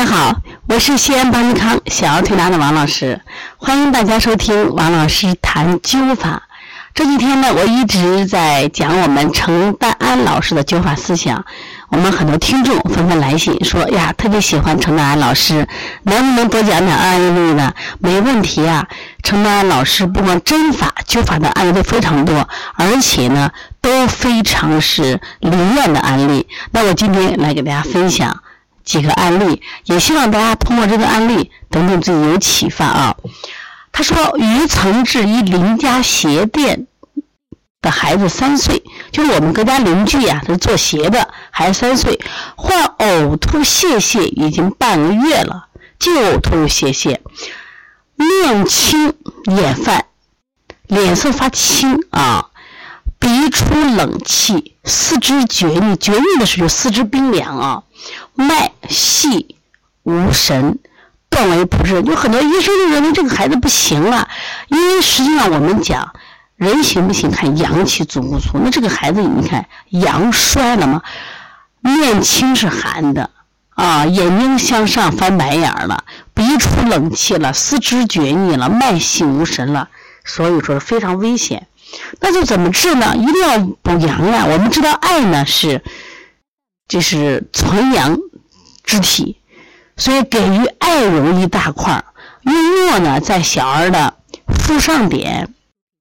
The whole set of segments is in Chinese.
好，我是西安邦尼康小儿推拿的王老师，欢迎大家收听王老师谈灸法。这几天呢，我一直在讲我们程丹安老师的灸法思想，我们很多听众纷纷来信说呀，特别喜欢程丹安老师，能不能多讲点案例呢？没问题啊，程丹安老师不光针法灸法的案例都非常多，而且呢都非常是灵验的案例。那我今天来给大家分享几个案例，也希望大家通过这个案例等等自己有启发啊。他说，于曾治一邻家鞋店的孩子3岁，就是我们各家邻居呀，他是做鞋的，孩子3岁，患呕吐泄泻已经半个月了，就呕吐泄泻，面青眼泛，脸色发青啊，鼻出冷气，四肢厥逆，厥逆的时候四肢冰凉啊，脉细无神，断为不治。有很多医生就认为这个孩子不行了，因为实际上我们讲人行不行看阳气足不足，那这个孩子你看阳衰了吗？面青是寒的啊，眼睛向上翻白眼了，鼻出冷气了，四肢厥逆了，脉细无神了，所以说是非常危险。那就怎么治呢？一定要补阳呀。我们知道艾呢就是存阳之体，所以给予艾绒一大块，用络呢在小儿的腹上点、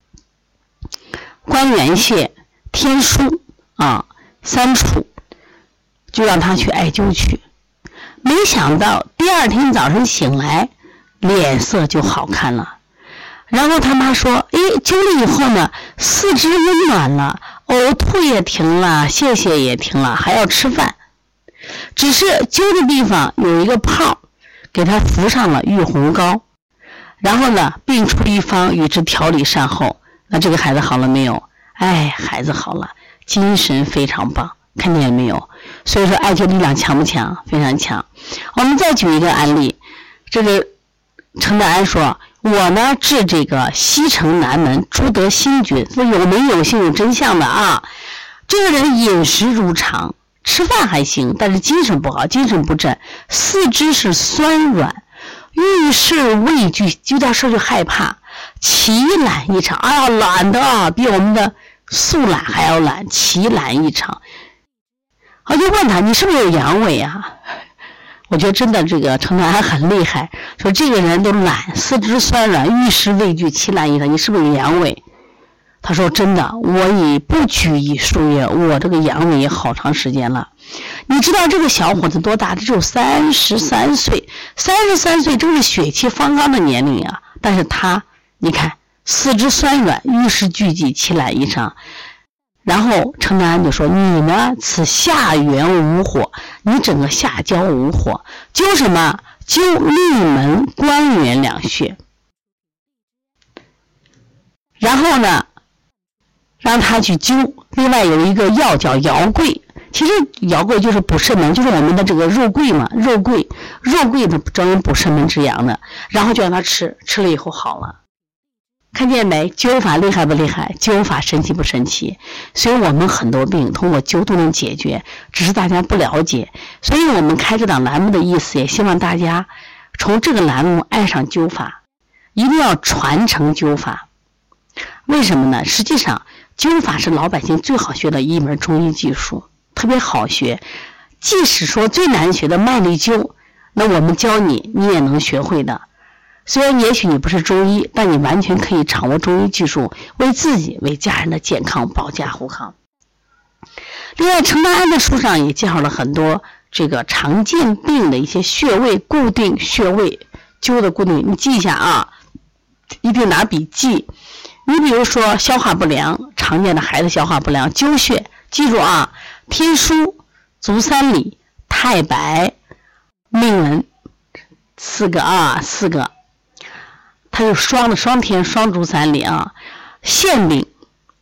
关元穴、天枢3处，就让他去艾灸去。没想到第二天早上醒来，脸色就好看了。然后他妈说，灸了以后呢，四肢温暖了，呕吐也停了，泄泻也停了，还要吃饭。只是灸的地方有一个泡，给他服上了玉红膏，然后呢，病出一方，与之调理善后。那这个孩子好了没有？孩子好了，精神非常棒，看见没有？所以说艾灸力量强不强？非常强。我们再举一个案例，这个程丹安说，我呢治这个西城南门朱德新君，有名有姓有真相的啊。这个人饮食如常，吃饭还行，但是精神不好，精神不振，四肢是酸软，遇事畏惧，遇到事就害怕，奇懒异常，懒的比我们的素懒还要懒，奇懒异常。我就问他，你是不是有阳痿啊？我觉得真的这个程丹安很厉害，说这个人都懒，四肢酸软，遇事畏惧，奇懒异常，你是不是有阳痿？他说真的，我已不举已数月，我这个阳痿也好长时间了。你知道这个小伙子多大？只有33岁，33岁正是血气方刚的年龄啊，但是他你看四肢酸软，遇事俱忌，奇懒异常。然后程丹安就说，你呢此下元无火，你整个下焦无火，灸什么？灸立门、关元2穴。然后呢让他去灸，另外有一个药叫瑶桂，其实瑶桂就是补肾门，就是我们的这个肉桂嘛，肉桂的专门补肾门之阳的，然后就让他吃了以后好了。看见没？灸法厉害不厉害？灸法神奇不神奇？所以我们很多病通过灸都能解决，只是大家不了解。所以我们开这档栏目的意思，也希望大家从这个栏目爱上灸法，一定要传承灸法。为什么呢？实际上灸法是老百姓最好学的一门中医技术，特别好学。即使说最难学的麦粒灸，那我们教你，你也能学会的。虽然也许你不是中医，但你完全可以掌握中医技术，为自己为家人的健康保驾护航。另外程丹安的书上也介绍了很多这个常见病的一些穴位，固定穴位灸的固定，你记一下啊，一定拿笔记。你比如说消化不良，常见的孩子消化不良，灸穴记住啊，天枢、足三里、太白、命门4个，它有双天双足三里啊，腺病、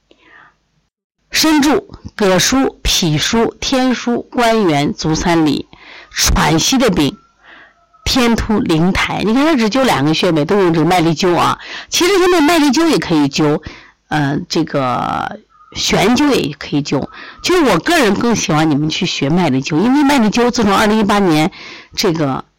身柱、膈腧、脾腧、天枢、关元、足三里，喘息的病，天突、灵台。你看它只灸2个穴位，都用这个麦粒灸啊。其实现在麦粒灸也可以灸，这个悬灸也可以灸。其实我个人更喜欢你们去学麦粒灸，因为麦粒灸自从2018年这个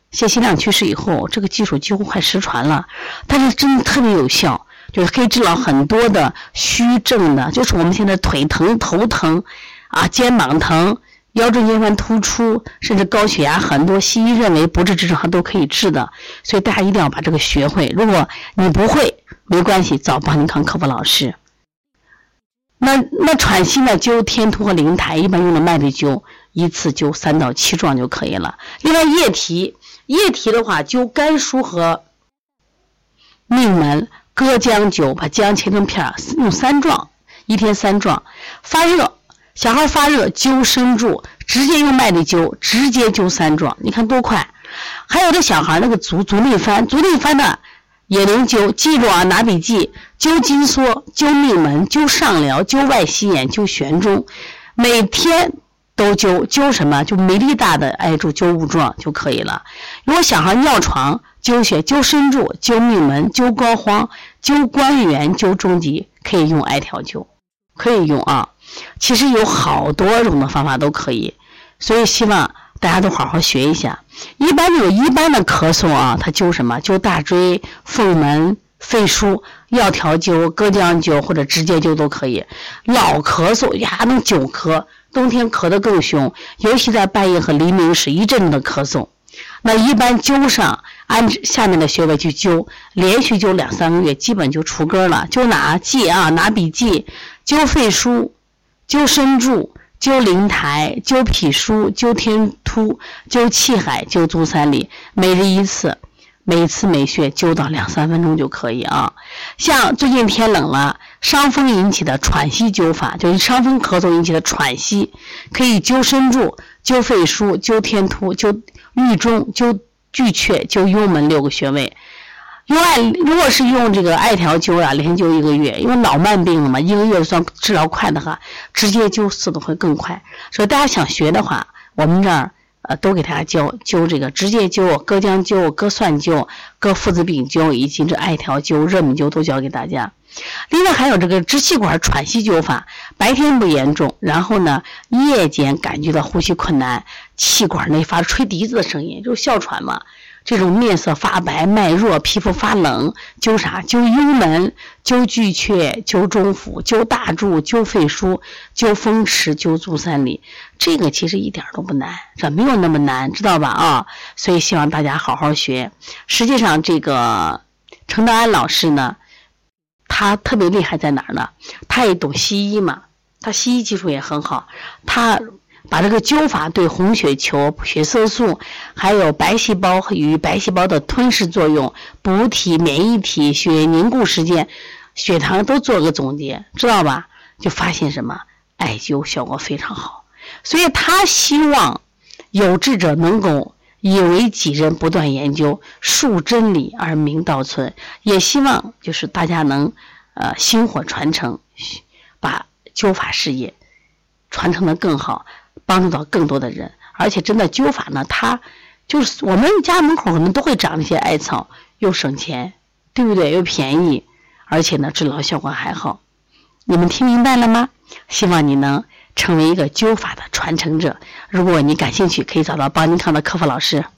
谢希亮去世以后，这个技术几乎快失传了，但是真的特别有效，就是可以治疗很多的虚症的，就是我们现在腿疼、头疼啊、肩膀疼、腰椎间盘突出，甚至高血压，很多西医认为不治之症它都可以治的，所以大家一定要把这个学会。如果你不会，没关系，找邦尼康客服老师。那喘息呢，灸天突和灵台，一般用的麦粒灸，一次灸3到7壮就可以了。另外液体的话，灸肝腧和命门，割姜灸，把姜切成片，用3壮，一天3壮。发热，小孩发热灸生柱，直接用麦粒灸，直接灸3壮，你看多快。还有这小孩那个足内翻的也能灸，记住啊，拿笔记，灸筋缩，灸命门，灸上髎，灸外膝眼，灸悬中，每天都灸什么？就没力大的挨住灸5壮就可以了。如果小孩尿床，灸血，灸深柱，灸命门，灸膏肓，灸关元，灸中极，可以用艾条灸，可以用啊。其实有好多种的方法都可以，所以希望大家都好好学一下。一般的咳嗽啊，它灸什么？灸大椎、凤门、肺腧，药条灸、割姜灸或者直接灸都可以。老咳嗽呀，能久咳，冬天咳得更凶，尤其在半夜和黎明时一阵的咳嗽。那一般灸上，按下面的穴位去灸，连续灸2-3个月，基本就出根了。就拿笔记，灸肺腧，灸深柱，灸灵台，灸脾腧，灸天突，灸气海，灸足三里，每日1次，每次每穴灸到2-3分钟就可以啊。像最近天冷了，伤风引起的喘息灸法，就是伤风咳嗽引起的喘息，可以灸深柱，灸肺腧，灸天突，灸郁中，灸巨阙，灸幽门6个穴位。如果是用这个艾条灸啊，连灸1个月，因为脑慢病了嘛，1个月算治疗快的话，直接灸速度会更快。所以大家想学的话，我们这儿都给大家灸这个直接灸、割姜灸、割蒜灸、割附子饼灸以及这艾条灸、热敏灸都教给大家。另外还有这个支气管喘息灸法，白天不严重，然后呢夜间感觉到呼吸困难，气管内发吹笛子的声音，就是哮喘嘛。这种面色发白、脉弱、皮肤发冷，灸啥？灸幽门，灸巨阙，灸中府，灸大柱，灸肺腧，灸风池，灸足三里。这个其实一点都不难，这没有那么难，知道吧？啊，所以希望大家好好学。实际上，这个程德安老师呢，他特别厉害在哪儿呢？他也懂西医嘛，他西医技术也很好，他把这个灸法对红血球、血色素，还有白细胞与白细胞的吞噬作用、补体、免疫体、血液凝固时间、血糖都做个总结，知道吧？就发现什么？艾灸效果非常好。所以他希望有志者能够以为己任，不断研究，述真理而明道存。也希望就是大家能薪火传承，把灸法事业传承得更好，帮助到更多的人。而且真的灸法呢，它就是我们家门口可能都会长那些艾草，又省钱，对不对？又便宜，而且呢治疗效果还好。你们听明白了吗？希望你能成为一个灸法的传承者。如果你感兴趣，可以找到邦尼康的客服老师。